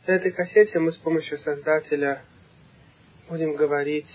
На этой кассете мы с помощью Создателя будем говорить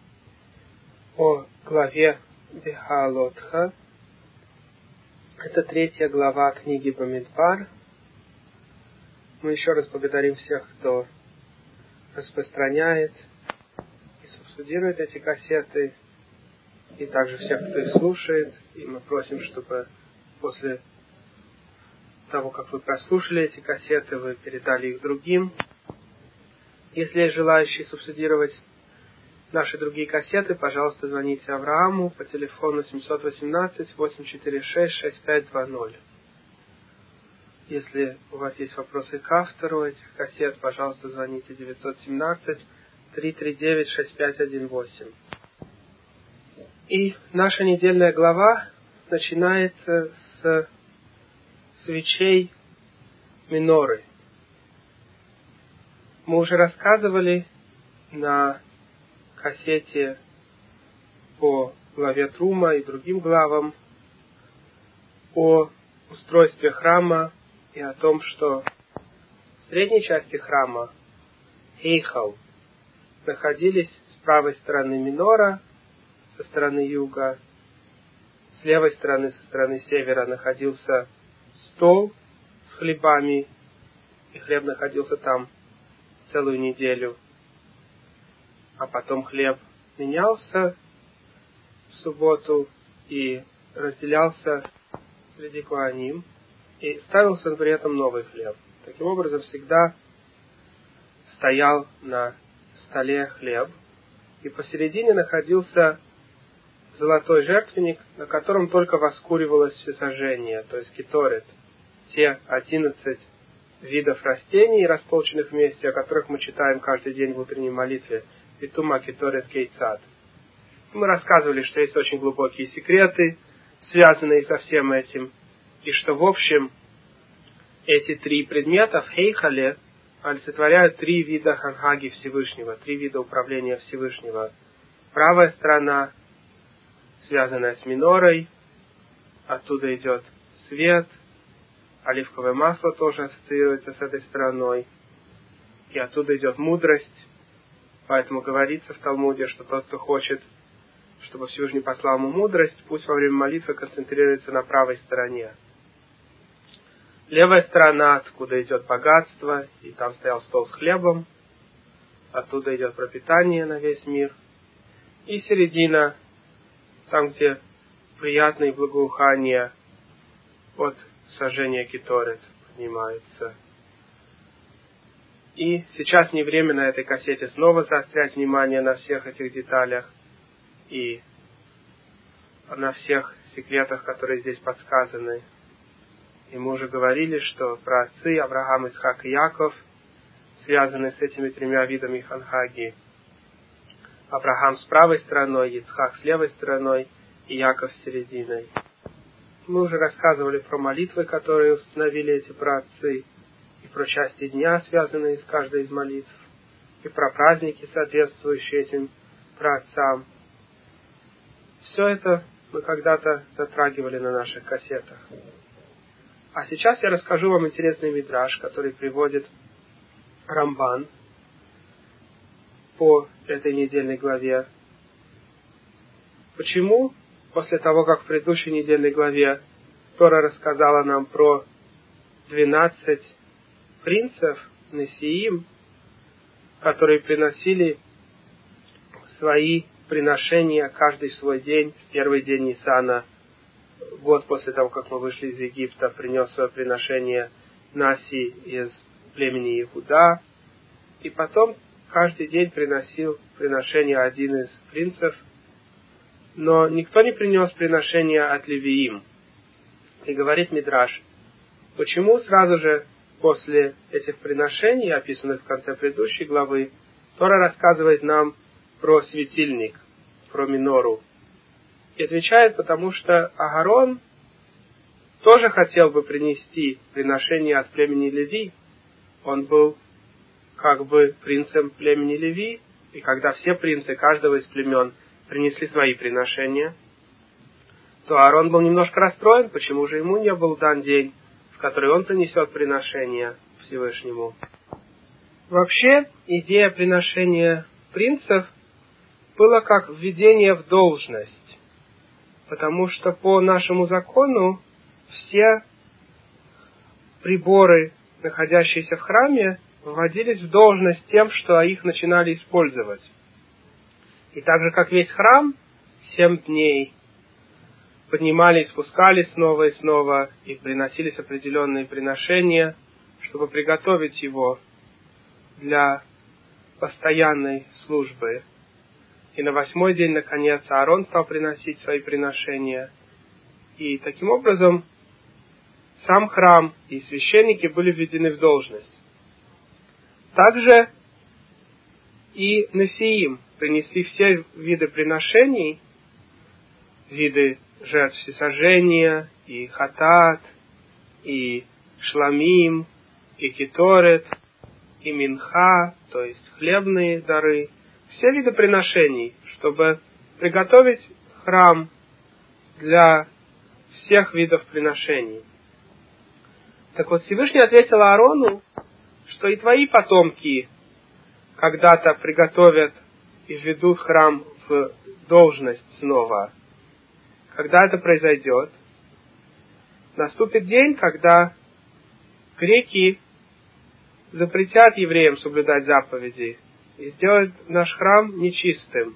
о главе Бехалотха. Это 3 глава книги Бамидбар. Мы еще раз благодарим всех, кто распространяет и субсидирует эти кассеты, и также всех, кто их слушает. И мы просим, чтобы после того, как вы прослушали эти кассеты, вы передали их другим. Если есть желающие субсидировать наши другие кассеты, пожалуйста, звоните Аврааму по телефону 718-846-6520. Если у вас есть вопросы к автору этих кассет, пожалуйста, звоните 917-339-6518. И наша недельная глава начинается с свечей миноры. Мы уже рассказывали на кассете по главе Трума и другим главам о устройстве храма и о том, что в средней части храма, Хейхал, находились с правой стороны минора, со стороны юга, с левой стороны, со стороны севера находился стол с хлебами, и хлеб находился там целую неделю. А потом хлеб менялся в субботу и разделялся среди коаним, и ставился при этом новый хлеб. Таким образом, всегда стоял на столе хлеб, и посередине находился золотой жертвенник, на котором только воскуривалось всесожжение, то есть кеторет, те 11 видов растений, растолченных вместе, о которых мы читаем каждый день в утренней молитве, Питума кеторет кейцат. Мы рассказывали, что есть очень глубокие секреты, связанные со всем этим, и что, в общем, эти 3 предмета в Хейхале олицетворяют 3 вида ханхаги Всевышнего, 3 вида управления Всевышнего. Правая сторона, связанная с минорой, оттуда идет свет, оливковое масло тоже ассоциируется с этой стороной, и оттуда идет мудрость. Поэтому говорится в Талмуде, что тот, кто хочет, чтобы Всевышний послал ему мудрость, пусть во время молитвы концентрируется на правой стороне. Левая сторона, откуда идет богатство, и там стоял стол с хлебом, оттуда идет пропитание на весь мир. И середина, там, где приятные благоухания от сожжения кеторет поднимаются. И сейчас не время на этой кассете снова заострять внимание на всех этих деталях и на всех секретах, которые здесь подсказаны. И мы уже говорили, что праотцы Авраам, Ицхак и Яков связаны с этими 3 видами ханхаги. Авраам с правой стороной, Ицхак с левой стороной и Яков с серединой. Мы уже рассказывали про молитвы, которые установили эти праотцы, и про части дня, связанные с каждой из молитв, и про праздники, соответствующие этим праотцам. Все это мы когда-то затрагивали на наших кассетах. А сейчас я расскажу вам интересный мидраш, который приводит Рамбан по этой недельной главе. Почему после того, как в предыдущей недельной главе Тора рассказала нам про 12 принцев Несиим, которые приносили свои приношения каждый свой день, в первый день Нисана, год после того, как мы вышли из Египта, принес свое приношение Наси из племени Иуда, и потом каждый день приносил приношение один из принцев, но никто не принес приношение от Левиим. И говорит Мидраш, почему сразу же после этих приношений, описанных в конце предыдущей главы, Тора рассказывает нам про светильник, про минору. И отвечает, потому что Аарон тоже хотел бы принести приношение от племени Леви. Он был как бы принцем племени Леви, и когда все принцы каждого из племен принесли свои приношения, то Аарон был немножко расстроен, почему же ему не был дан день, в который он принесет приношение Всевышнему. Вообще, идея приношения принцев была как введение в должность, потому что по нашему закону все приборы, находящиеся в храме, вводились в должность тем, что их начинали использовать. И так же, как весь храм, 7 дней поднимали и спускались снова и снова, и приносились определенные приношения, чтобы приготовить его для постоянной службы. И на 8-й день, наконец, Аарон стал приносить свои приношения. И таким образом сам храм и священники были введены в должность. Также и Несиим принесли все виды приношений, виды жертв всесожжения, и хатат, и шламим, и киторет, и минха, то есть хлебные дары, все виды приношений, чтобы приготовить храм для всех видов приношений. Так вот, Всевышний ответил Аарону, что и твои потомки когда-то приготовят и введут храм в должность снова. Когда это произойдет? Наступит день, когда греки запретят евреям соблюдать заповеди и сделают наш храм нечистым.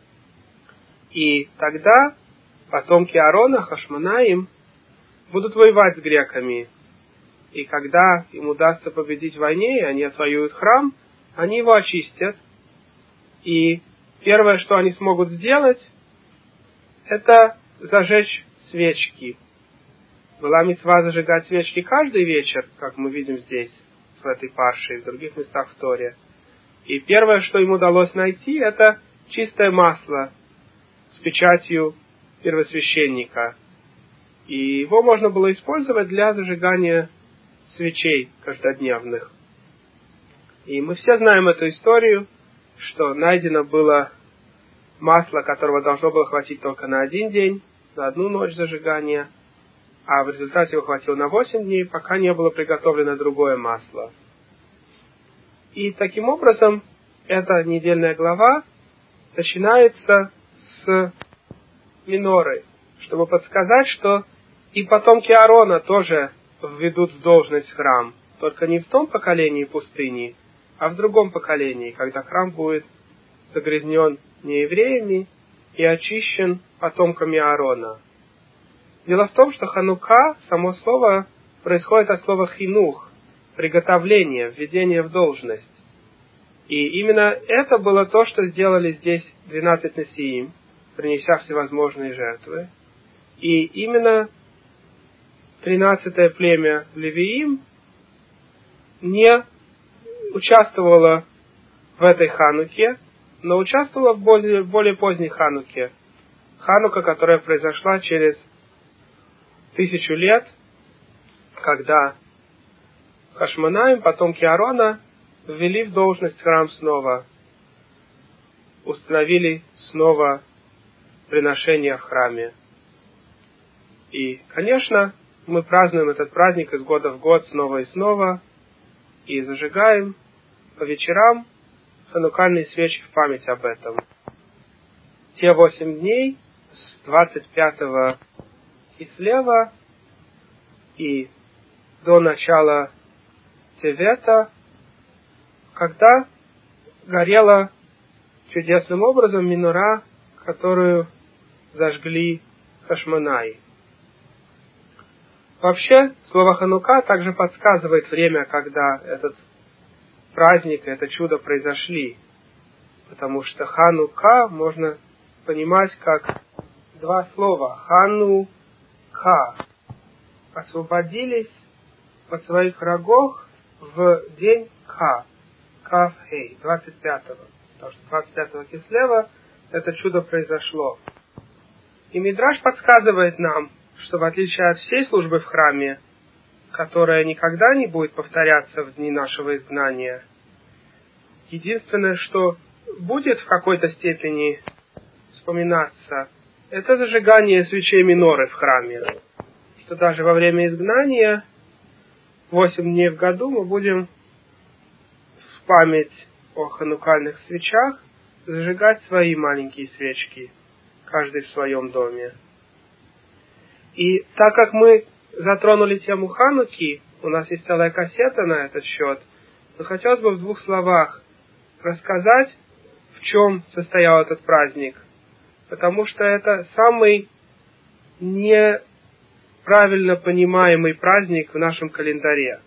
И тогда потомки Аарона, Хашмонаим, будут воевать с греками. И когда им удастся победить в войне, и они отвоюют храм, они его очистят. И первое, что они смогут сделать, это зажечь свечки. Была мицва зажигать свечки каждый вечер, как мы видим здесь, в этой парше, и в других местах в Торе. И первое, что им удалось найти, это чистое масло с печатью первосвященника. И его можно было использовать для зажигания свечей каждодневных. И мы все знаем эту историю, что найдено было масло, которого должно было хватить только на 1 день, на 1 ночь зажигания, а в результате его хватило на 8 дней, пока не было приготовлено другое масло. И таким образом, эта недельная глава начинается с миноры, чтобы подсказать, что и потомки Аарона тоже введут в должность храм, только не в том поколении пустыни, а в другом поколении, когда храм будет загрязнен неевреями и очищен потомками Аарона. Дело в том, что Ханука, само слово, происходит от слова хинух, приготовление, введение в должность. И именно это было то, что сделали здесь 12 Несиим, принеся всевозможные жертвы. И именно 13-е племя Левиим не участвовало в этой Хануке, но участвовало в более поздней Хануке. Ханука, которая произошла через 1000 лет, когда Хашмонаим, потомки Аарона, ввели в должность храм снова, установили снова приношения в храме. И, конечно, мы празднуем этот праздник из года в год снова и снова, и зажигаем по вечерам ханукальные свечи в память об этом. Те 8 дней с 25 Кислева и до начала Тевета, когда горела чудесным образом минора, которую зажгли Хашмонаи. Вообще, слово Ханука также подсказывает время, когда этот праздник, это чудо произошли. Потому что Ханука можно понимать как 2 слова. Ханука. Освободились от своих врагов в день Ка. Кав-Хей, 25-го. Потому что 25-го Кислева это чудо произошло. И Мидраш подсказывает нам, что в отличие от всей службы в храме, которая никогда не будет повторяться в дни нашего изгнания, единственное, что будет в какой-то степени вспоминаться, это зажигание свечей миноры в храме. Что даже во время изгнания, 8 дней в году, мы будем память о ханукальных свечах, зажигать свои маленькие свечки, каждый в своем доме. И так как мы затронули тему Хануки, у нас есть целая кассета на этот счет, но хотелось бы в 2 словах рассказать, в чем состоял этот праздник, потому что это самый неправильно понимаемый праздник в нашем календаре.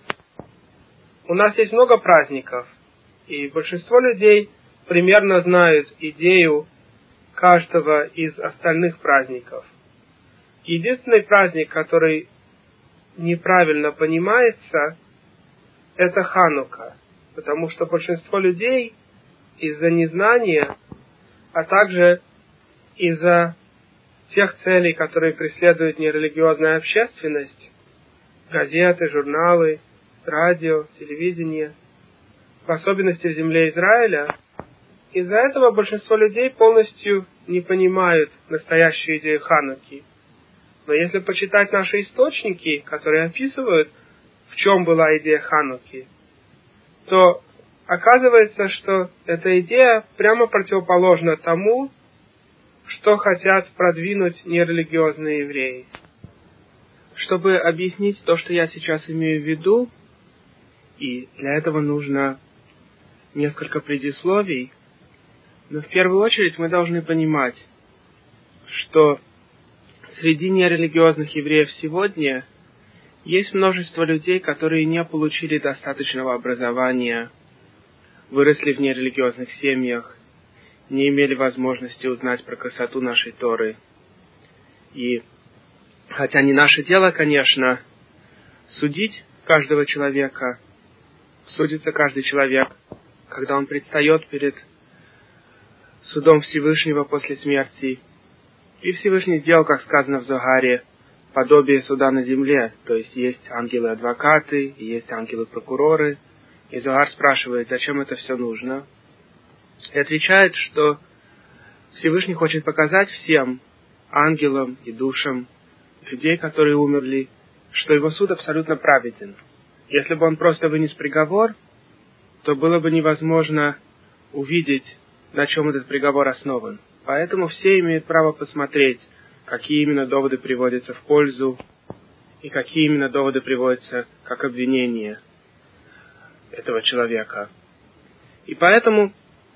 У нас есть много праздников, и большинство людей примерно знают идею каждого из остальных праздников. Единственный праздник, который неправильно понимается, это Ханука, потому что большинство людей из-за незнания, а также из-за тех целей, которые преследует нерелигиозная общественность, газеты, журналы, радио, телевидение, в особенности в земле Израиля, из-за этого большинство людей полностью не понимают настоящую идею Хануки. Но если почитать наши источники, которые описывают, в чем была идея Хануки, то оказывается, что эта идея прямо противоположна тому, что хотят продвинуть нерелигиозные евреи. Чтобы объяснить то, что я сейчас имею в виду, и для этого нужно несколько предисловий, но в первую очередь мы должны понимать, что среди нерелигиозных евреев сегодня есть множество людей, которые не получили достаточного образования, выросли в нерелигиозных семьях, не имели возможности узнать про красоту нашей Торы. И хотя не наше дело, конечно, судить каждого человека, судится каждый человек, когда он предстает перед судом Всевышнего после смерти. И Всевышний сделал, как сказано в Зогаре, подобие суда на земле, то есть есть ангелы-адвокаты, и есть ангелы-прокуроры. И Зогар спрашивает, зачем это все нужно? И отвечает, что Всевышний хочет показать всем ангелам и душам людей, которые умерли, что его суд абсолютно праведен. Если бы он просто вынес приговор, то было бы невозможно увидеть, на чем этот приговор основан. Поэтому все имеют право посмотреть, какие именно доводы приводятся в пользу, и какие именно доводы приводятся как обвинение этого человека. И поэтому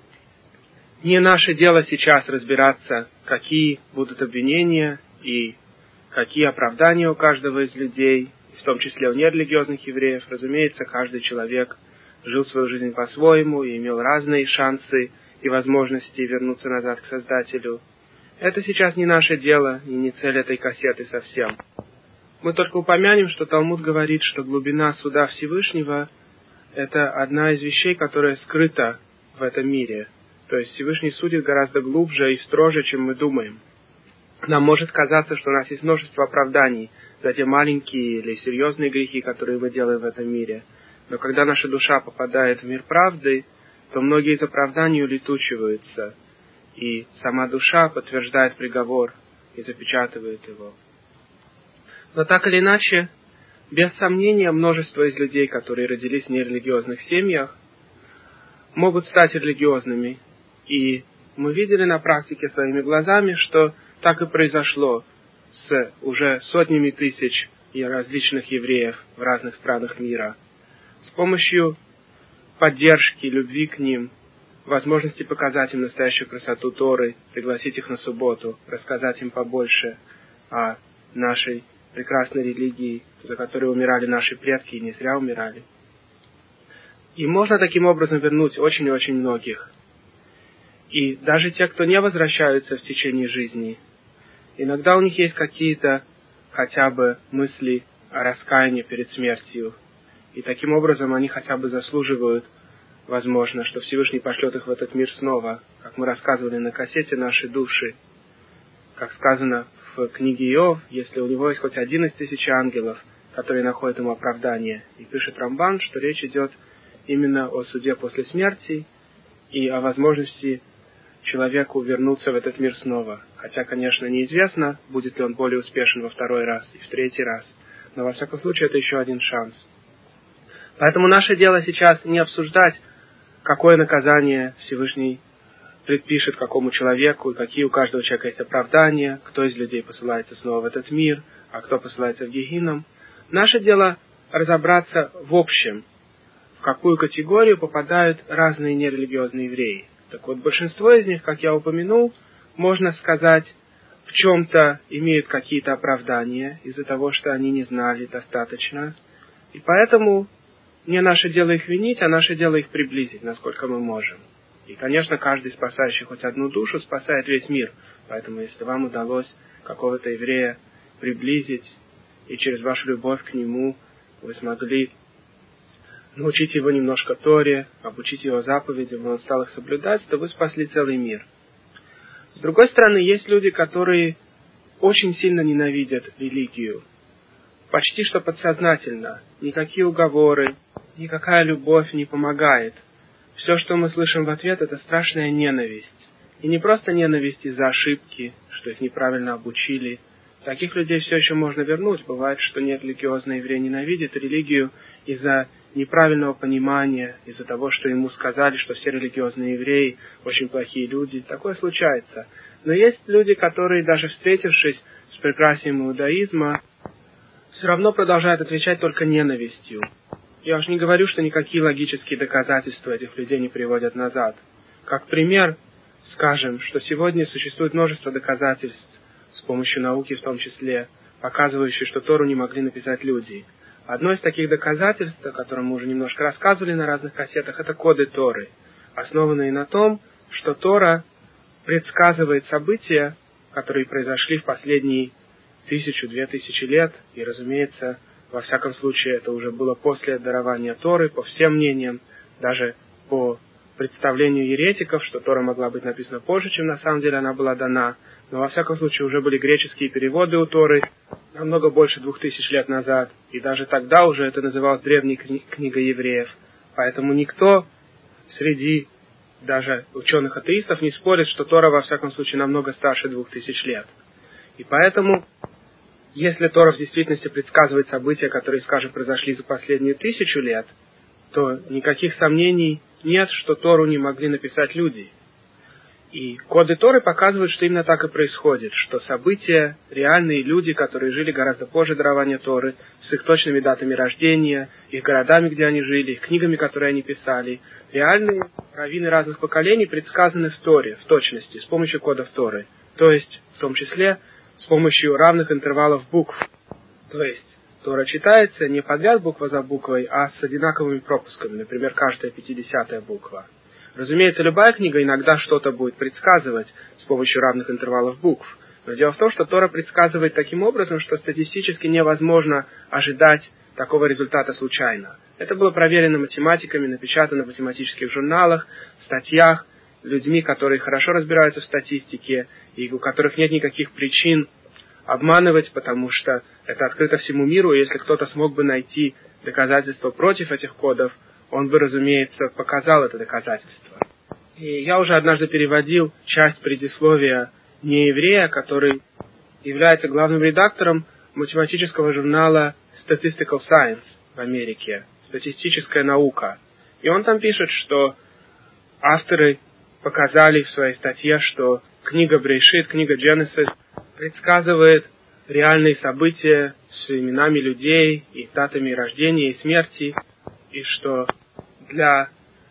не наше дело сейчас разбираться, какие будут обвинения и какие оправдания у каждого из людей, в том числе у нерелигиозных евреев. Разумеется, каждый человек жил свою жизнь по-своему и имел разные шансы и возможности вернуться назад к Создателю. Это сейчас не наше дело и не цель этой кассеты совсем. Мы только упомянем, что Талмуд говорит, что глубина суда Всевышнего – это одна из вещей, которая скрыта в этом мире. То есть Всевышний судит гораздо глубже и строже, чем мы думаем. Нам может казаться, что у нас есть множество оправданий за те маленькие или серьезные грехи, которые мы делаем в этом мире. Но когда наша душа попадает в мир правды, то многие из оправданий улетучиваются, и сама душа подтверждает приговор и запечатывает его. Но так или иначе, без сомнения, множество из людей, которые родились в нерелигиозных семьях, могут стать религиозными. И мы видели на практике своими глазами, что так и произошло с уже сотнями тысяч различных евреев в разных странах мира. С помощью поддержки, любви к ним, возможности показать им настоящую красоту Торы, пригласить их на субботу, рассказать им побольше о нашей прекрасной религии, за которой умирали наши предки и не зря умирали. И можно таким образом вернуть очень и очень многих. И даже те, кто не возвращаются в течение жизни, иногда у них есть какие-то хотя бы мысли о раскаянии перед смертью. И таким образом они хотя бы заслуживают, возможно, что Всевышний пошлет их в этот мир снова, как мы рассказывали на кассете «Наши души». Как сказано в книге Иов, если у него есть хоть 1 из 1000 ангелов, которые находят ему оправдание. И пишет Рамбан, что речь идет именно о суде после смерти и о возможности человеку вернуться в этот мир снова. Хотя, конечно, неизвестно, будет ли он более успешен во 2-й раз и в 3-й раз. Но, во всяком случае, это еще один шанс. Поэтому наше дело сейчас не обсуждать, какое наказание Всевышний предпишет какому человеку, и какие у каждого человека есть оправдания, кто из людей посылается снова в этот мир, а кто посылается в Гехинном. Наше дело разобраться в общем, в какую категорию попадают разные нерелигиозные евреи. Так вот, большинство из них, как я упомянул, можно сказать, в чем-то имеют какие-то оправдания из-за того, что они не знали достаточно. И поэтому не наше дело их винить, а наше дело их приблизить, насколько мы можем. И, конечно, каждый, спасающий хоть одну душу, спасает весь мир. Поэтому, если вам удалось какого-то еврея приблизить, и через вашу любовь к нему вы смогли научить его немножко Торе, обучить его заповедям, и он стал их соблюдать, то вы спасли целый мир. С другой стороны, есть люди, которые очень сильно ненавидят религию. Почти что подсознательно. Никакие уговоры, никакая любовь не помогает. Все, что мы слышим в ответ, это страшная ненависть. И не просто ненависть из-за ошибки, что их неправильно обучили. Таких людей все еще можно вернуть. Бывает, что нерелигиозный еврей ненавидит религию из-за неправильного понимания, из-за того, что ему сказали, что все религиозные евреи очень плохие люди. Такое случается. Но есть люди, которые, даже встретившись с прекрасием иудаизма, все равно продолжают отвечать только ненавистью. Я уж не говорю, что никакие логические доказательства этих людей не приводят назад. Как пример, скажем, что сегодня существует множество доказательств, с помощью науки в том числе, показывающих, что Тору не могли написать люди. Одно из таких доказательств, о котором мы уже немножко рассказывали на разных кассетах, это коды Торы, основанные на том, что Тора предсказывает события, которые произошли в последние 1000-2000 лет, и, разумеется, во всяком случае, это уже было после дарования Торы, по всем мнениям, даже по представлению еретиков, что Тора могла быть написана позже, чем на самом деле она была дана. Но во всяком случае уже были греческие переводы у Торы намного больше 2000 лет назад. И даже тогда уже это называлось древней книгой евреев. Поэтому никто среди даже ученых-атеистов не спорит, что Тора во всяком случае намного старше 2000 лет. И поэтому, если Тора в действительности предсказывает события, которые, скажем, произошли за последние 1000 лет, то никаких сомнений нет, что Тору не могли написать люди. И коды Торы показывают, что именно так и происходит, что события, реальные люди, которые жили гораздо позже дарования Торы, с их точными датами рождения, их городами, где они жили, их книгами, которые они писали, реальные раввины разных поколений предсказаны в Торе, в точности, с помощью кодов Торы, то есть, в том числе, с помощью равных интервалов букв. То есть, Тора читается не подряд буква за буквой, а с одинаковыми пропусками, например, каждая 50-я буква. Разумеется, любая книга иногда что-то будет предсказывать с помощью равных интервалов букв. Но дело в том, что Тора предсказывает таким образом, что статистически невозможно ожидать такого результата случайно. Это было проверено математиками, напечатано в математических журналах, статьях, людьми, которые хорошо разбираются в статистике и у которых нет никаких причин обманывать, потому что это открыто всему миру, и если кто-то смог бы найти доказательства против этих кодов, он бы, разумеется, показал это доказательство. И я уже однажды переводил часть предисловия нееврея, который является главным редактором математического журнала Statistical Science в Америке, статистическая наука. И он там пишет, что авторы показали в своей статье, что книга Брешит, книга Genesis предсказывает реальные события с именами людей и датами рождения и смерти, и что для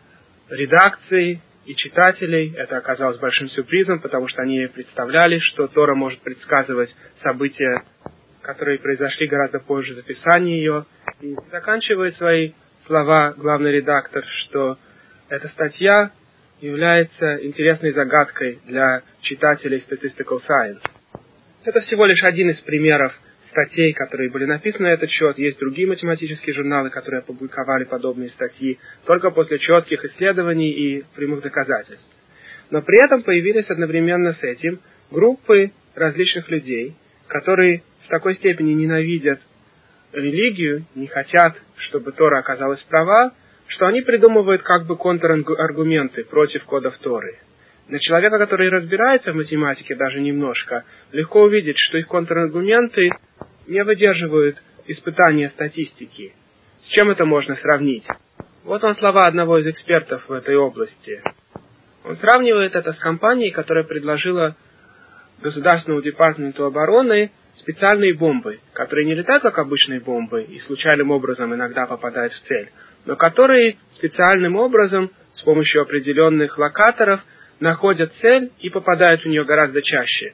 редакции и читателей это оказалось большим сюрпризом, потому что они представляли, что Тора может предсказывать события, которые произошли гораздо позже записания ее. И заканчивает свои слова главный редактор, что эта статья является интересной загадкой для читателей Statistical Science. Это всего лишь один из примеров статей, которые были написаны на этот счет. Есть другие математические журналы, которые опубликовали подобные статьи только после четких исследований и прямых доказательств. Но при этом появились одновременно с этим группы различных людей, которые в такой степени ненавидят религию, не хотят, чтобы Тора оказалась права, что они придумывают как бы контраргументы против кодов Торы. Для человека, который разбирается в математике даже немножко, легко увидеть, что их контраргументы не выдерживают испытания статистики. С чем это можно сравнить? Вот он слова одного из экспертов в этой области. Он сравнивает это с компанией, которая предложила Государственному департаменту обороны специальные бомбы, которые не летают как обычные бомбы и случайным образом иногда попадают в цель, но которые специальным образом с помощью определенных локаторов находят цель и попадают в нее гораздо чаще.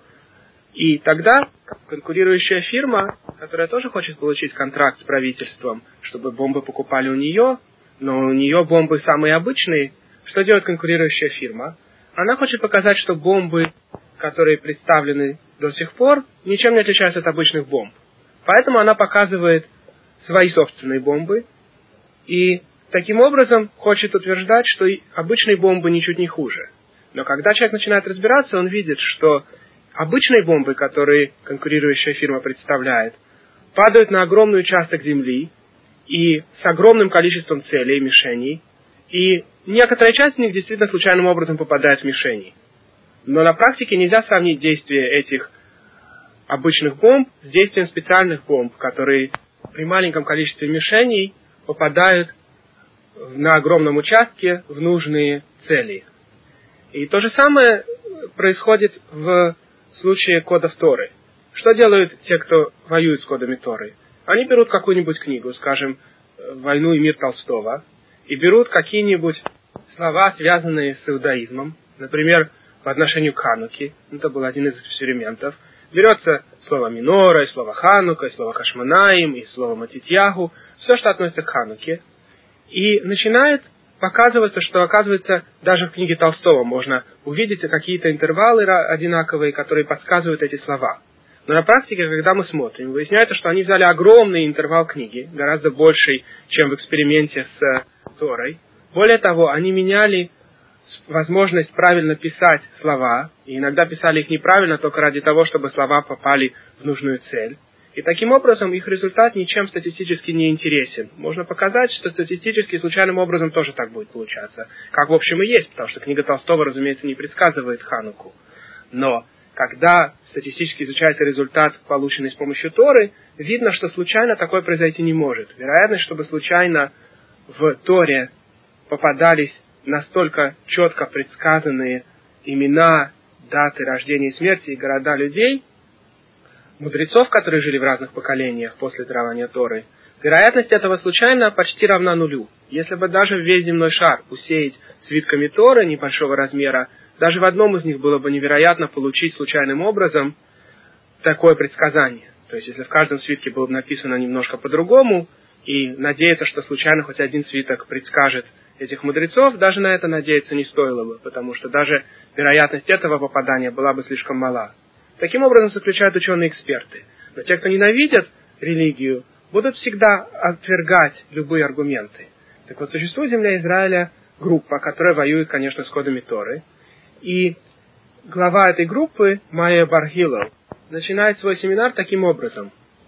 И тогда конкурирующая фирма, которая тоже хочет получить контракт с правительством, чтобы бомбы покупали у нее, но у нее бомбы самые обычные, что делает конкурирующая фирма? Она хочет показать, что бомбы, которые представлены до сих пор, ничем не отличаются от обычных бомб. Поэтому она показывает свои собственные бомбы и таким образом хочет утверждать, что и обычные бомбы ничуть не хуже. Но когда человек начинает разбираться, он видит, что обычные бомбы, которые конкурирующая фирма представляет, падают на огромный участок земли и с огромным количеством целей, мишеней, и некоторая часть из них действительно случайным образом попадает в мишени. Но на практике нельзя сравнить действие этих обычных бомб с действием специальных бомб, которые при маленьком количестве мишеней попадают на огромном участке в нужные цели. И то же самое происходит в случае кодов Торы. Что делают те, кто воюет с кодами Торы? Они берут какую-нибудь книгу, скажем, «Войну и мир» Толстого, и берут какие-нибудь слова, связанные с иудаизмом, например, по отношению к Хануке, это был один из экспериментов, берется слово Минора, и слово Ханука, и слово Хашманаим, и слово Матитьягу, все, что относится к Хануке, и начинает показываться, что, оказывается, даже в книге Толстого можно увидеть какие-то интервалы одинаковые, которые подсказывают эти слова. Но на практике, когда мы смотрим, выясняется, что они взяли огромный интервал книги, гораздо больший, чем в эксперименте с Торой. Более того, они меняли возможность правильно писать слова, и иногда писали их неправильно только ради того, чтобы слова попали в нужную цель. И таким образом их результат ничем статистически не интересен. Можно показать, что статистически случайным образом тоже так будет получаться. Как в общем и есть, потому что книга Толстого, разумеется, не предсказывает Хануку. Но когда статистически изучается результат, полученный с помощью Торы, видно, что случайно такое произойти не может. Вероятность, чтобы случайно в Торе попадались настолько четко предсказанные имена, даты рождения и смерти и города людей, мудрецов, которые жили в разных поколениях после дарования Торы, вероятность этого случайно почти равна нулю. Если бы даже весь земной шар усеять свитками Торы небольшого размера, даже в одном из них было бы невероятно получить случайным образом такое предсказание. То есть, если в каждом свитке было бы написано немножко по-другому, и надеяться, что случайно хоть один свиток предскажет этих мудрецов, даже на это надеяться не стоило бы, потому что даже вероятность этого попадания была бы слишком мала. Таким образом заключают ученые-эксперты. Но те, кто ненавидят религию, будут всегда отвергать любые аргументы. Так вот, существует в земле Израиля группа, которая воюет, конечно, с кодами Торы. И глава этой группы, Майя Бар-Хилел, начинает свой семинар таким образом.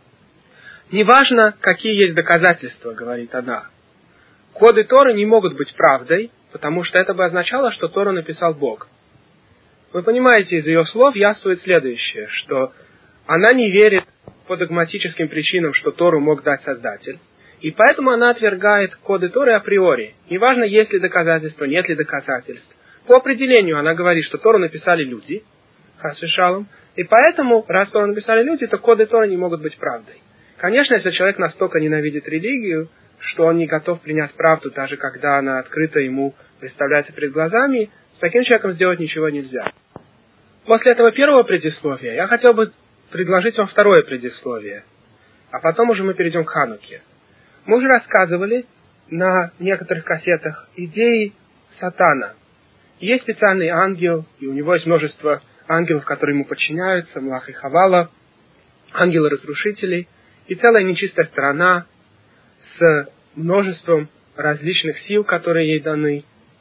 «Неважно, какие есть доказательства, — говорит она, — коды Торы не могут быть правдой, потому что это бы означало, что Тору написал Бог. Вы понимаете, из ее слов яствует следующее, что она не верит по догматическим причинам, что Тору мог дать Создатель, и поэтому она отвергает коды Торы априори. Неважно, есть ли доказательства, нет ли доказательств. По определению она говорит, что Тору написали люди, хас вешалом, и поэтому, раз Тору написали люди, то коды Торы не могут быть правдой. Конечно, если человек настолько ненавидит религию, что он не готов принять правду, даже когда она открыто ему представляется перед глазами, с таким человеком сделать ничего нельзя. После этого первого предисловия я хотел бы предложить вам второе предисловие, а потом уже мы перейдем к Хануке. Мы уже рассказывали на некоторых кассетах идеи Сатана. Есть специальный ангел, и у него есть множество ангелов, которые ему подчиняются, Млах и Хавала, ангелы-разрушители, и целая нечистая сторона с множеством различных сил, которые ей даны.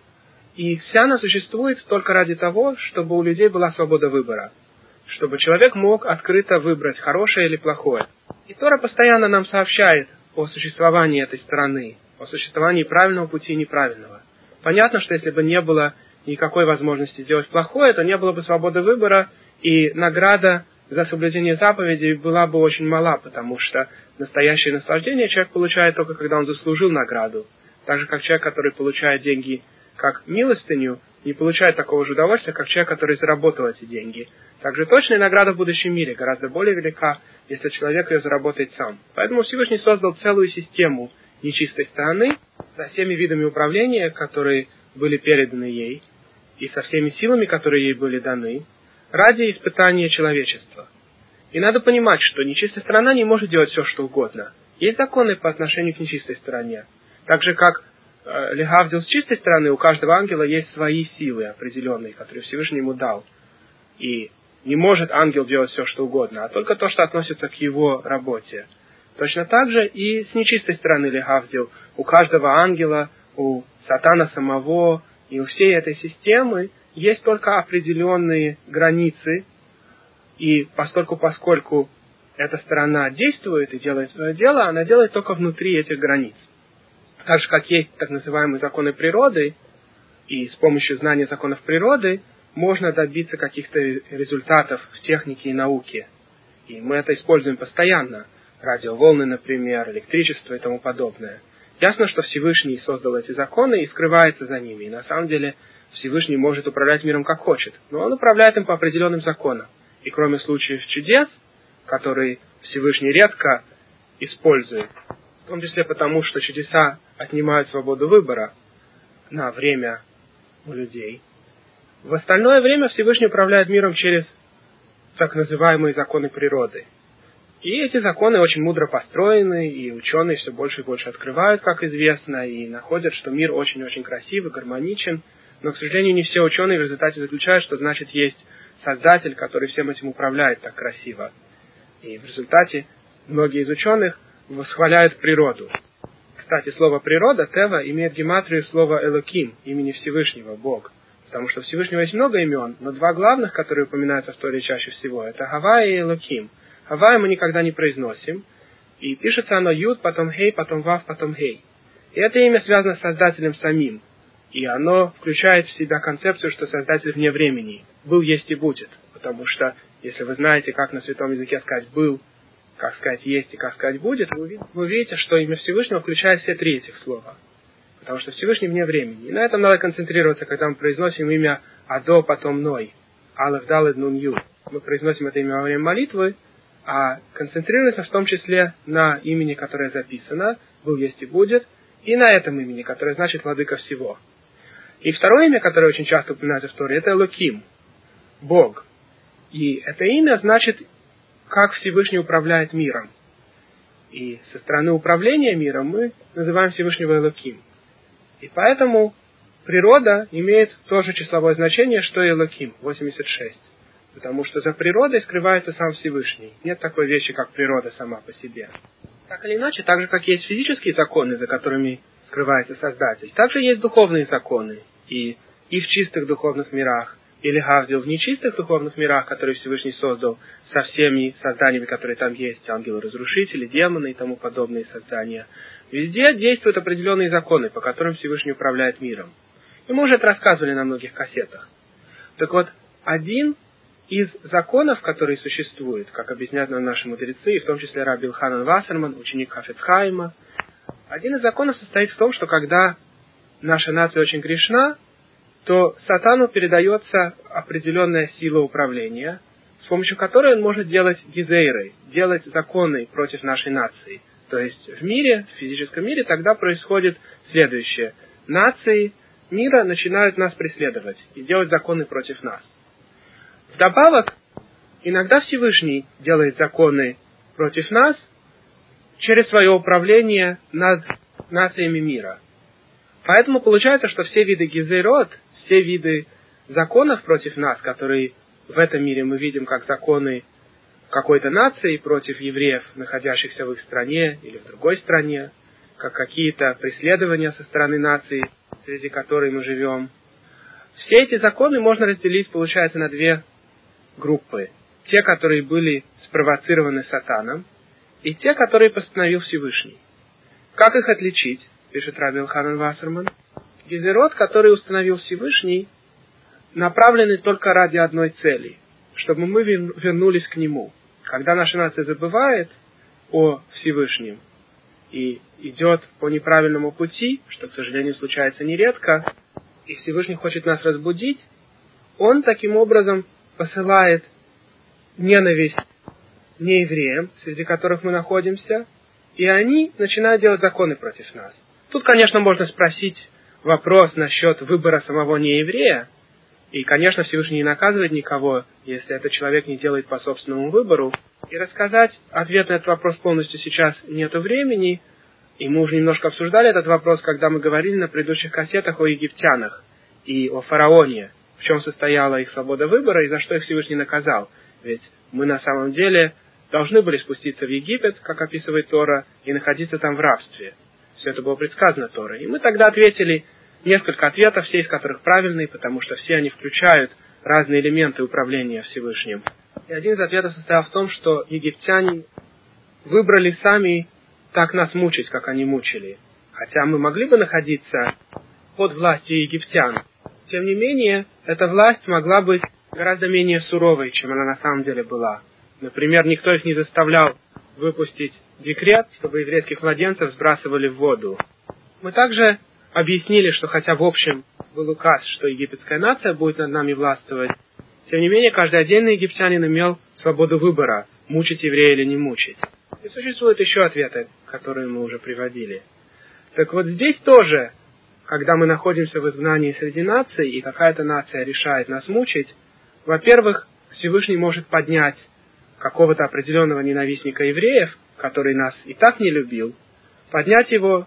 И вся она существует только ради того, чтобы у людей была свобода выбора, чтобы человек мог открыто выбрать хорошее или плохое. И Тора постоянно нам сообщает о существовании этой стороны, о существовании правильного пути и неправильного. Понятно, что если бы не было никакой возможности сделать плохое, то не было бы свободы выбора, и награда за соблюдение заповедей была бы очень мала, потому что настоящее наслаждение человек получает только когда он заслужил награду. Так же, как человек, который получает деньги как милостыню, не получает такого же удовольствия, как человек, который заработал эти деньги. Также точная награда в будущем мире гораздо более велика, если человек ее заработает сам. Поэтому Всевышний создал целую систему нечистой стороны со всеми видами управления, которые были переданы ей, и со всеми силами, которые ей были даны, ради испытания человечества. И надо понимать, что нечистая сторона не может делать все, что угодно. Есть законы по отношению к нечистой стороне. Так же, как легавдил с чистой стороны, у каждого ангела есть свои силы определенные, которые Всевышний ему дал. И не может ангел делать все, что угодно, а только то, что относится к его работе. Точно так же и с нечистой стороны легавдил. У каждого ангела, у сатана самого и у всей этой системы есть только определенные границы. И поскольку эта сторона действует и делает свое дело, она делает только внутри этих границ. Так же, как есть так называемые законы природы, и с помощью знания законов природы можно добиться каких-то результатов в технике и науке. И мы это используем постоянно. Радиоволны, например, электричество и тому подобное. Ясно, что Всевышний создал эти законы и скрывается за ними. И на самом деле Всевышний может управлять миром как хочет. Но он управляет им по определенным законам. И кроме случаев чудес, которые Всевышний редко использует, в том числе потому, что чудеса отнимают свободу выбора на время у людей, в остальное время Всевышний управляет миром через так называемые законы природы. И эти законы очень мудро построены, и ученые все больше и больше открывают, как известно, и находят, что мир очень-очень красив и гармоничен. Но, к сожалению, не все ученые в результате заключают, что значит есть Создатель, который всем этим управляет так красиво. И в результате многие из ученых восхваляют природу. Кстати, слово «природа», «тева», имеет гематрию слова «элоким», имени Всевышнего, Бог. Потому что у Всевышнего есть много имен, но два главных, которые упоминаются в Торе чаще всего, это Гавайя и Элоким. Гавайя мы никогда не произносим, и пишется оно Юд, потом Хей, потом Вав, потом Хей. И это имя связано с Создателем самим. И оно включает в себя концепцию, что Создатель вне времени. Был, есть и будет. Потому что, если вы знаете, как на святом языке сказать «был», как сказать «есть» и как сказать «будет», вы увидите, что имя Всевышнего включает все три этих слова. Потому что Всевышний вне времени. И на этом надо концентрироваться, когда мы произносим имя Адо, потом Ной. Алеф, Далед, Нун, Ю. Мы произносим это имя во время молитвы, а концентрируемся в том числе на имени, которое записано, был, есть и будет, и на этом имени, которое значит «Владыка всего». И второе имя, которое очень часто упоминается в Торе, это Элоким, Бог. И это имя значит, как Всевышний управляет миром. И со стороны управления миром мы называем Всевышнего Элоким. И поэтому природа имеет то же числовое значение, что и Элоким, 86. Потому что за природой скрывается сам Всевышний. Нет такой вещи, как природа сама по себе. Так или иначе, так же, как есть физические законы, за которыми скрывается Создатель, также есть духовные законы. И в чистых духовных мирах, или гавдил в нечистых духовных мирах, которые Всевышний создал, со всеми созданиями, которые там есть, ангелы-разрушители, демоны и тому подобные создания, везде действуют определенные законы, по которым Всевышний управляет миром. И мы уже это рассказывали на многих кассетах. Так вот, один из законов, которые существуют, как объясняют нам наши мудрецы, и в том числе Рабби Элханан Вассерман, ученик Хафец Хаима, один из законов состоит в том, что когда наша нация очень грешна, то сатану передается определенная сила управления, с помощью которой он может делать гизейры, делать законы против нашей нации. То есть в мире, в физическом мире тогда происходит следующее. Нации мира начинают нас преследовать и делать законы против нас. Вдобавок, иногда Всевышний делает законы против нас через свое управление над нациями мира. Поэтому получается, что все виды гизейрот, все виды законов против нас, которые в этом мире мы видим как законы какой-то нации против евреев, находящихся в их стране или в другой стране, как какие-то преследования со стороны нации, среди которой мы живем. Все эти законы можно разделить, получается, на две группы. Те, которые были спровоцированы сатаном, и те, которые постановил Всевышний. Как их отличить, пишет Рабби Элханан Вассерман? Гизерот, который установил Всевышний, направлены только ради одной цели, чтобы мы вернулись к Нему. Когда наша нация забывает о Всевышнем и идет по неправильному пути, что, к сожалению, случается нередко, и Всевышний хочет нас разбудить, Он таким образом посылает ненависть неевреям, среди которых мы находимся, и они начинают делать законы против нас. Тут, конечно, можно спросить вопрос насчет выбора самого нееврея, и, конечно, Всевышний не наказывает никого, если этот человек не делает по собственному выбору. И рассказать ответ на этот вопрос полностью сейчас нету времени, и мы уже немножко обсуждали этот вопрос, когда мы говорили на предыдущих кассетах о египтянах и о фараоне, в чем состояла их свобода выбора и за что их Всевышний наказал. Ведь мы на самом деле должны были спуститься в Египет, как описывает Тора, и находиться там в рабстве. Все это было предсказано Торой. И мы тогда ответили несколько ответов, все из которых правильные, потому что все они включают разные элементы управления Всевышним. И один из ответов состоял в том, что египтяне выбрали сами так нас мучить, как они мучили. Хотя мы могли бы находиться под властью египтян. Тем не менее, эта власть могла быть гораздо менее суровой, чем она на самом деле была. Например, никто их не заставлял выпустить декрет, чтобы еврейских младенцев сбрасывали в воду. Мы также объяснили, что хотя в общем был указ, что египетская нация будет над нами властвовать, тем не менее каждый отдельный египтянин имел свободу выбора, мучить еврея или не мучить. И существуют еще ответы, которые мы уже приводили. Так вот здесь тоже, когда мы находимся в изгнании среди наций, и какая-то нация решает нас мучить, во-первых, Всевышний может поднять какого-то определенного ненавистника евреев, который нас и так не любил, поднять его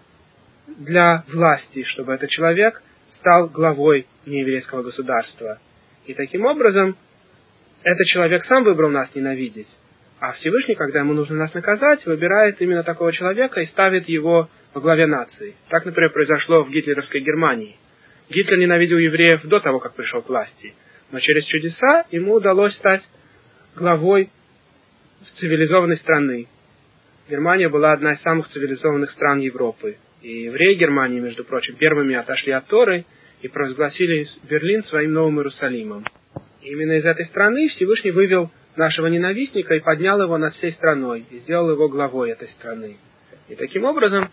для власти, чтобы этот человек стал главой нееврейского государства. И таким образом, этот человек сам выбрал нас ненавидеть, а Всевышний, когда ему нужно нас наказать, выбирает именно такого человека и ставит его во главе нации. Так, например, произошло в гитлеровской Германии. Гитлер ненавидел евреев до того, как пришел к власти, но через чудеса ему удалось стать главой цивилизованной страны. Германия была одна из самых цивилизованных стран Европы. И евреи Германии, между прочим, первыми отошли от Торы и провозгласили Берлин своим новым Иерусалимом. И именно из этой страны Всевышний вывел нашего ненавистника и поднял его над всей страной, и сделал его главой этой страны. И таким образом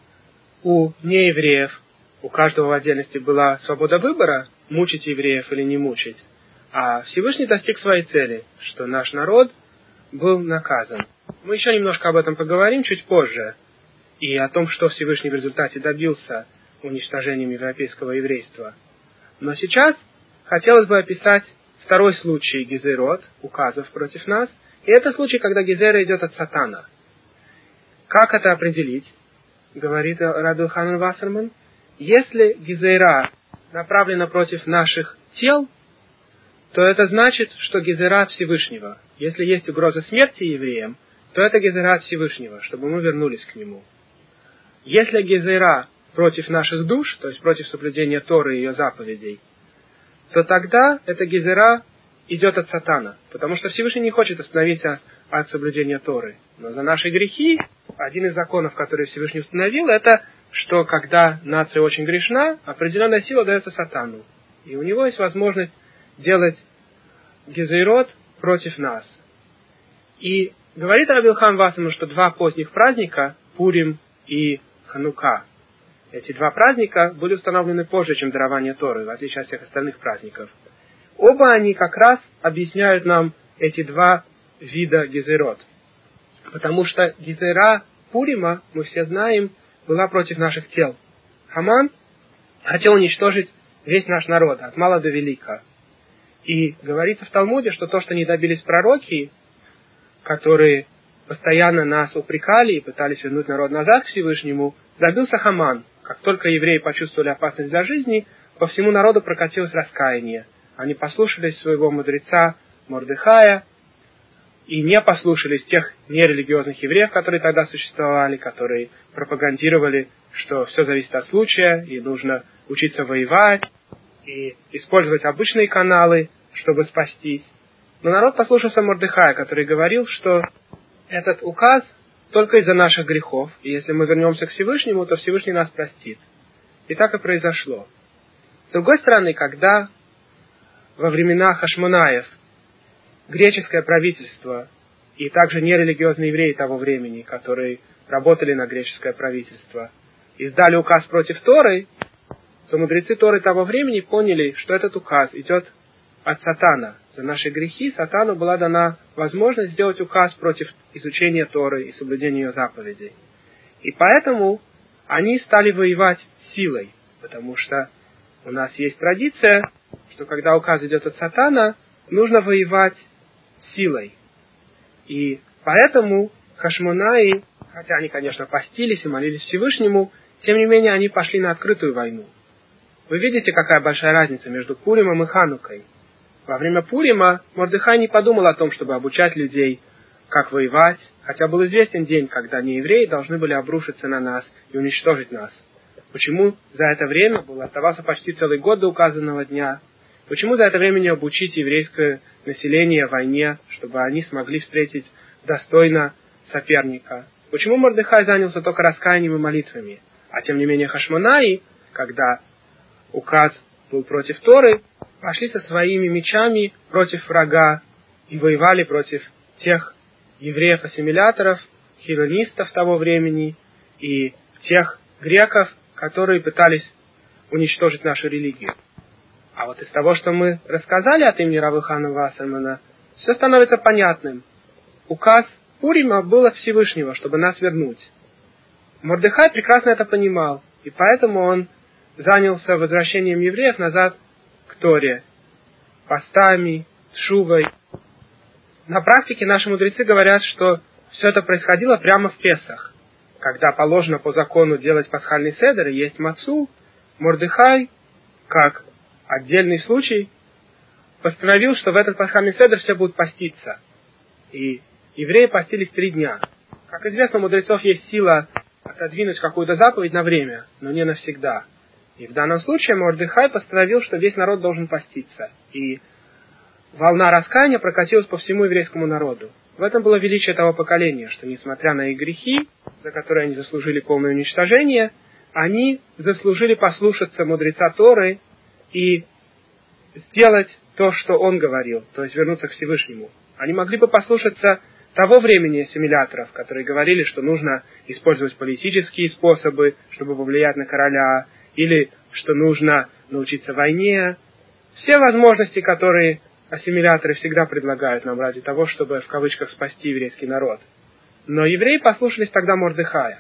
у неевреев, у каждого в отдельности была свобода выбора, мучить евреев или не мучить. А Всевышний достиг своей цели, что наш народ был наказан. Мы еще немножко об этом поговорим чуть позже, и о том, что Всевышний в результате добился уничтожением европейского еврейства. Но сейчас хотелось бы описать второй случай гезерот, указов против нас, и это случай, когда гезера идет от сатана. Как это определить? Говорит Раби Элханан Вассерман. Если гезера направлена против наших тел, то это значит, что гезера от Всевышнего. Если есть угроза смерти евреям, то это гезера от Всевышнего, чтобы мы вернулись к нему. Если гезера против наших душ, то есть против соблюдения Торы и ее заповедей, то тогда эта гезера идет от сатана, потому что Всевышний не хочет остановиться от соблюдения Торы. Но за наши грехи, один из законов, который Всевышний установил, это, что когда нация очень грешна, определенная сила дается сатану. И у него есть возможность делать гезерот против нас. И говорит Раби Элханан Вассерман, что два поздних праздника, Пурим и Ханука, эти два праздника были установлены позже, чем дарование Торы, в отличие от всех остальных праздников. Оба они как раз объясняют нам эти два вида гезерот. Потому что гезера Пурима, мы все знаем, была против наших тел. Хаман хотел уничтожить весь наш народ, от мала до велика. И говорится в Талмуде, что то, что не добились пророки, которые постоянно нас упрекали и пытались вернуть народ назад к Всевышнему, добился Хаман. Как только евреи почувствовали опасность для жизни, по всему народу прокатилось раскаяние. Они послушались своего мудреца Мордехая и не послушались тех нерелигиозных евреев, которые тогда существовали, которые пропагандировали, что все зависит от случая, и нужно учиться воевать, и использовать обычные каналы, чтобы спастись. Но народ послушался Мордехая, который говорил, что этот указ только из-за наших грехов, и если мы вернемся к Всевышнему, то Всевышний нас простит. И так и произошло. С другой стороны, когда во времена Хашмонаев греческое правительство и также нерелигиозные евреи того времени, которые работали на греческое правительство, издали указ против Торы, то мудрецы Торы того времени поняли, что этот указ идет от Сатана. За наши грехи Сатану была дана возможность сделать указ против изучения Торы и соблюдения ее заповедей. И поэтому они стали воевать силой, потому что у нас есть традиция, что когда указ идет от Сатана, нужно воевать силой. И поэтому Хашмонаи, хотя они, конечно, постились и молились Всевышнему, тем не менее они пошли на открытую войну. Вы видите, какая большая разница между Пуримом и Ханукой. Во время Пурима Мордехай не подумал о том, чтобы обучать людей, как воевать, хотя был известен день, когда неевреи должны были обрушиться на нас и уничтожить нас. Почему за это время оставался почти целый год до указанного дня? Почему за это время не обучить еврейское население войне, чтобы они смогли встретить достойно соперника? Почему Мордехай занялся только раскаянием и молитвами? А тем не менее Хашмонаи, когда указ был против Торы, пошли со своими мечами против врага и воевали против тех евреев-ассимиляторов, хилонистов того времени и тех греков, которые пытались уничтожить нашу религию. А вот из того, что мы рассказали от имени Рава Хана Вассермана, все становится понятным. Указ Пурима был от Всевышнего, чтобы нас вернуть. Мордехай прекрасно это понимал, и поэтому он занялся возвращением евреев назад к Торе, постами, тшувой. На практике наши мудрецы говорят, что все это происходило прямо в Песах. Когда положено по закону делать пасхальный седер и есть мацу, Мордехай, как отдельный случай, постановил, что в этот пасхальный седер все будут поститься. И евреи постились 3 дня. Как известно, у мудрецов есть сила отодвинуть какую-то заповедь на время, но не навсегда. И в данном случае Мордехай постановил, что весь народ должен поститься. И волна раскаяния прокатилась по всему еврейскому народу. В этом было величие того поколения, что несмотря на их грехи, за которые они заслужили полное уничтожение, они заслужили послушаться мудреца Торы и сделать то, что он говорил, то есть вернуться к Всевышнему. Они могли бы послушаться того времени ассимиляторов, которые говорили, что нужно использовать политические способы, чтобы повлиять на короля, или что нужно научиться войне. Все возможности, которые ассимиляторы всегда предлагают нам ради того, чтобы в кавычках спасти еврейский народ. Но евреи послушались тогда Мордехая.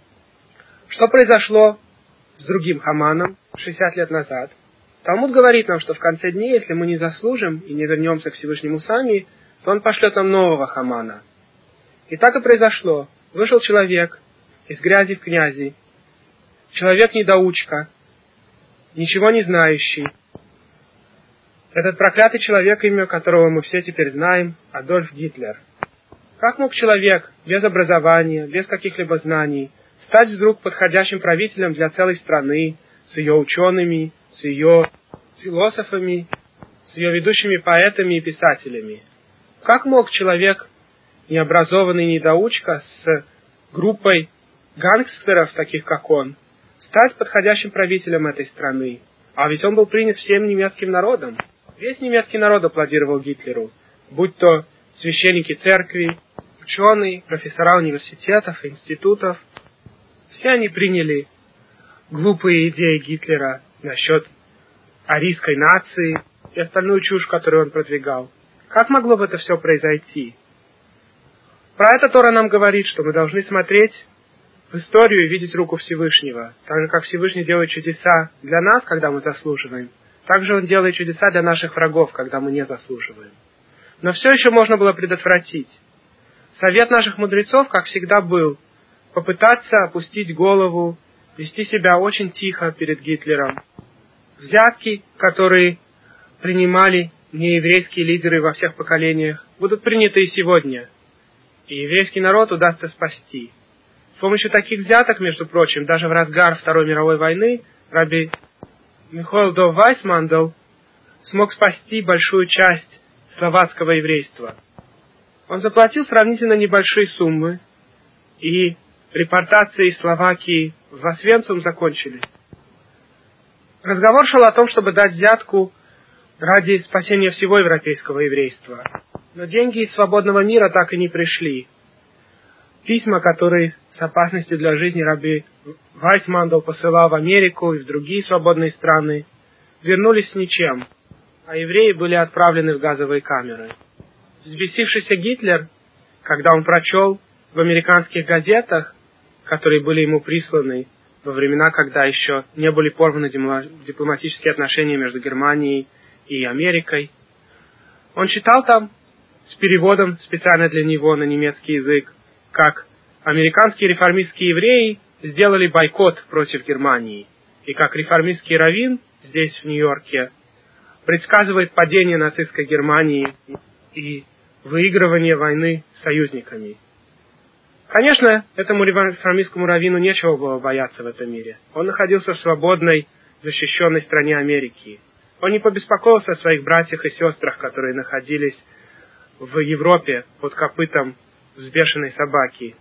Что произошло с другим Хаманом 60 лет назад? Талмуд говорит нам, что в конце дней, если мы не заслужим и не вернемся к Всевышнему сами, то он пошлет нам нового Хамана. И так и произошло. Вышел человек из грязи в князи, человек-недоучка, ничего не знающий. Этот проклятый человек, имя которого мы все теперь знаем, Адольф Гитлер. Как мог человек без образования, без каких-либо знаний, стать вдруг подходящим правителем для целой страны, с ее учеными, с ее философами, с ее ведущими поэтами и писателями? Как мог человек, необразованный недоучка, с группой гангстеров, таких как он, стать подходящим правителем этой страны? А ведь он был принят всем немецким народом. Весь немецкий народ аплодировал Гитлеру, будь то священники церкви, ученые, профессора университетов, институтов. Все они приняли глупые идеи Гитлера насчет арийской нации и остальную чушь, которую он продвигал. Как могло бы это все произойти? Про это Тора нам говорит, что мы должны смотреть в историю и видеть руку Всевышнего. Так же, как Всевышний делает чудеса для нас, когда мы заслуживаем, так же Он делает чудеса для наших врагов, когда мы не заслуживаем. Но все еще можно было предотвратить. Совет наших мудрецов, как всегда, был попытаться опустить голову, вести себя очень тихо перед Гитлером. Взятки, которые принимали нееврейские лидеры во всех поколениях, будут приняты и сегодня. И еврейский народ удастся спасти. С помощью таких взяток, между прочим, даже в разгар Второй мировой войны, раби Михаил Дов Вайсмандл смог спасти большую часть словацкого еврейства. Он заплатил сравнительно небольшие суммы, и репортации из Словакии в Освенцим закончились. Разговор шел о том, чтобы дать взятку ради спасения всего европейского еврейства. Но деньги из свободного мира так и не пришли. Письма, которые с опасностью для жизни раби Вайсмандл посылал в Америку и в другие свободные страны, вернулись с ничем, а евреи были отправлены в газовые камеры. Взбесившийся Гитлер, когда он прочел в американских газетах, которые были ему присланы во времена, когда еще не были порваны дипломатические отношения между Германией и Америкой, он читал там с переводом специально для него на немецкий язык, как американские реформистские евреи сделали бойкот против Германии, и как реформистский раввин здесь, в Нью-Йорке, предсказывает падение нацистской Германии и выигрывание войны союзниками. Конечно, этому реформистскому раввину нечего было бояться в этом мире. Он находился в свободной, защищенной стране Америки. Он не побеспокоился о своих братьях и сестрах, которые находились в Европе под копытом взбешенной собаки.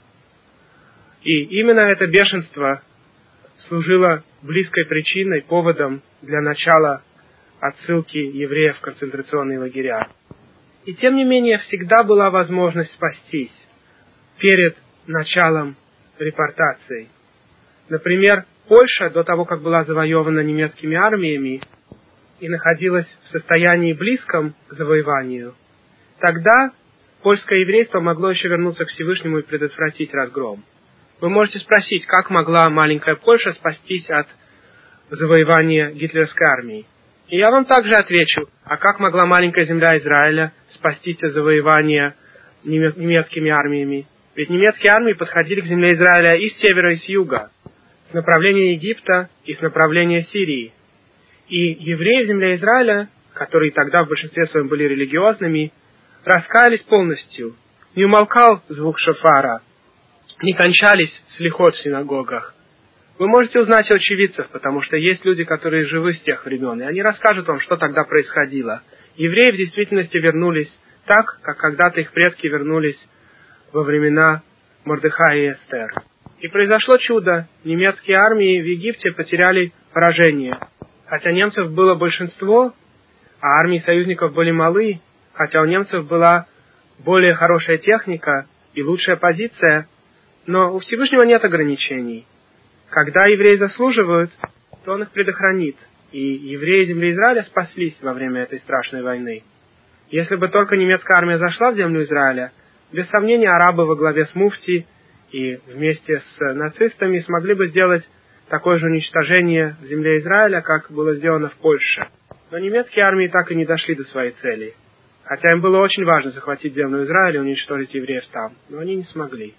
И именно это бешенство служило близкой причиной, поводом для начала отсылки евреев в концентрационные лагеря. И тем не менее, всегда была возможность спастись перед началом репортации. Например, Польша, до того, как была завоевана немецкими армиями и находилась в состоянии близком к завоеванию, тогда польское еврейство могло еще вернуться к Всевышнему и предотвратить разгром. Вы можете спросить, как могла маленькая Польша спастись от завоевания гитлеровской армии? И я вам также отвечу, а как могла маленькая земля Израиля спастись от завоевания немецкими армиями? Ведь немецкие армии подходили к земле Израиля и с севера, и с юга, с направления Египта и с направления Сирии. И евреи в земле Израиля, которые тогда в большинстве своем были религиозными, раскаялись полностью. Не умолкал звук шофара, не кончались слихот в синагогах. Вы можете узнать у очевидцев, потому что есть люди, которые живы с тех времен, и они расскажут вам, что тогда происходило. Евреи в действительности вернулись так, как когда-то их предки вернулись во времена Мордехая и Эстер. И произошло чудо. Немецкие армии в Египте потеряли поражение. Хотя немцев было большинство, а армии союзников были малы, хотя у немцев была более хорошая техника и лучшая позиция, но у Всевышнего нет ограничений. Когда евреи заслуживают, то он их предохранит. И евреи земли Израиля спаслись во время этой страшной войны. Если бы только немецкая армия зашла в землю Израиля, без сомнения арабы во главе с муфти и вместе с нацистами смогли бы сделать такое же уничтожение в земле Израиля, как было сделано в Польше. Но немецкие армии так и не дошли до своей цели. Хотя им было очень важно захватить землю Израиля и уничтожить евреев там, но они не смогли.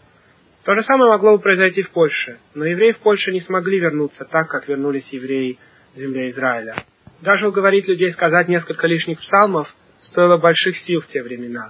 То же самое могло бы произойти в Польше, но евреи в Польше не смогли вернуться так, как вернулись евреи в земле Израиля. Даже уговорить людей сказать несколько лишних псалмов стоило больших сил в те времена.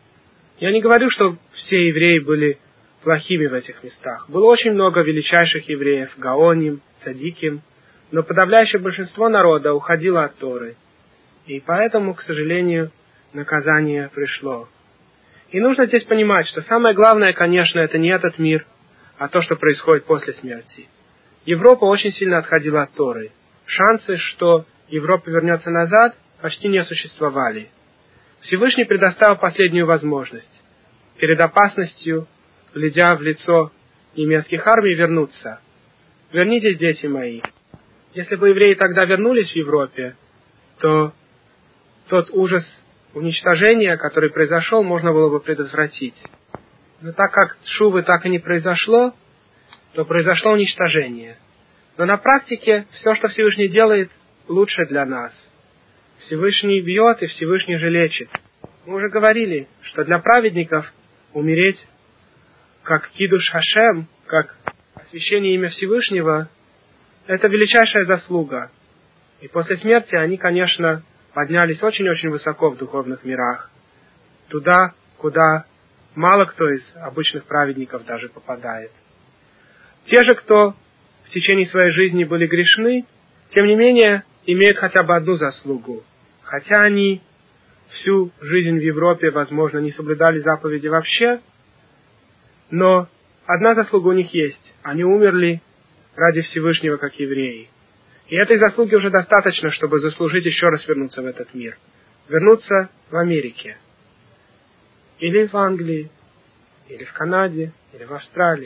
Я не говорю, что все евреи были плохими в этих местах. Было очень много величайших евреев, гаоним, цадиким, но подавляющее большинство народа уходило от Торы. И поэтому, к сожалению, наказание пришло. И нужно здесь понимать, что самое главное, конечно, это не этот мир, а то, что происходит после смерти. Европа очень сильно отходила от Торы. Шансы, что Европа вернется назад, почти не существовали. Всевышний предоставил последнюю возможность, перед опасностью, глядя в лицо немецких армий, вернуться. Вернитесь, дети мои. Если бы евреи тогда вернулись в Европе, то тот ужас уничтожения, который произошел, можно было бы предотвратить. Но так как тшувы так и не произошло, то произошло уничтожение. Но на практике все, что Всевышний делает, лучше для нас. Всевышний бьет, и Всевышний же лечит. Мы уже говорили, что для праведников умереть как кидуш Хашем, как освящение имя Всевышнего, это величайшая заслуга. И после смерти они, конечно, поднялись очень-очень высоко в духовных мирах. Туда, куда мало кто из обычных праведников даже попадает. Те же, кто в течение своей жизни были грешны, тем не менее, имеют хотя бы одну заслугу. Хотя они всю жизнь в Европе, возможно, не соблюдали заповеди вообще, но одна заслуга у них есть. Они умерли ради Всевышнего, как евреи. И этой заслуги уже достаточно, чтобы заслужить еще раз вернуться в этот мир. Вернуться в Америке. Или в Англии, или в Канаде, или в Австралии,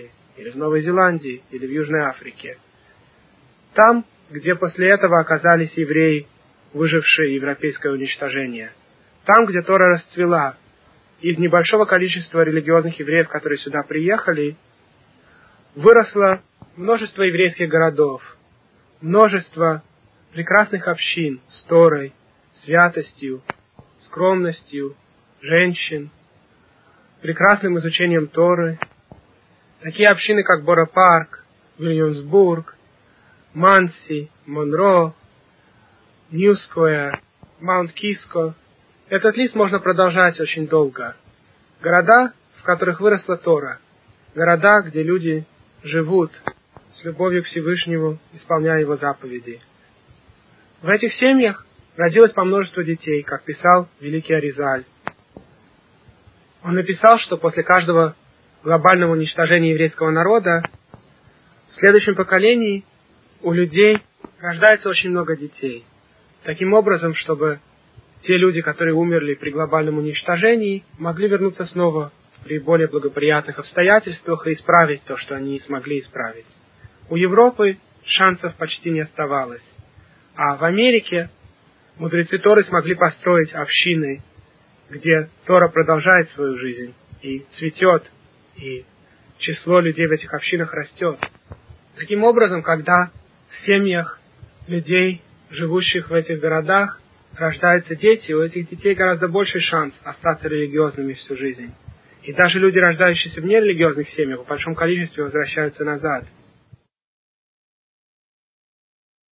или в Новой Зеландии, или в Южной Африке. Там, где после этого оказались евреи, выжившие европейское уничтожение. Там, где Тора расцвела. Из небольшого количества религиозных евреев, которые сюда приехали, выросло множество еврейских городов, множество прекрасных общин с Торой, святостью, скромностью, женщин, прекрасным изучением Торы. Такие общины, как Бора-Парк, Вильямсбург, Манси, Монро, Нью-Сквер, Маунт-Киско. Этот лист можно продолжать очень долго. Города, в которых выросла Тора. Города, где люди живут с любовью к Всевышнему, исполняя Его заповеди. В этих семьях родилось по множеству детей, как писал великий Аризаль. Он написал, что после каждого глобального уничтожения еврейского народа в следующем поколении у людей рождается очень много детей. Таким образом, чтобы те люди, которые умерли при глобальном уничтожении, могли вернуться снова при более благоприятных обстоятельствах и исправить то, что они не смогли исправить. У Европы шансов почти не оставалось. А в Америке мудрецы Торы смогли построить общины, где Тора продолжает свою жизнь и цветет, и число людей в этих общинах растет. Таким образом, когда в семьях людей, живущих в этих городах, рождаются дети, у этих детей гораздо больше шанс остаться религиозными всю жизнь. И даже люди, рождающиеся в нерелигиозных семьях, в большом количестве возвращаются назад.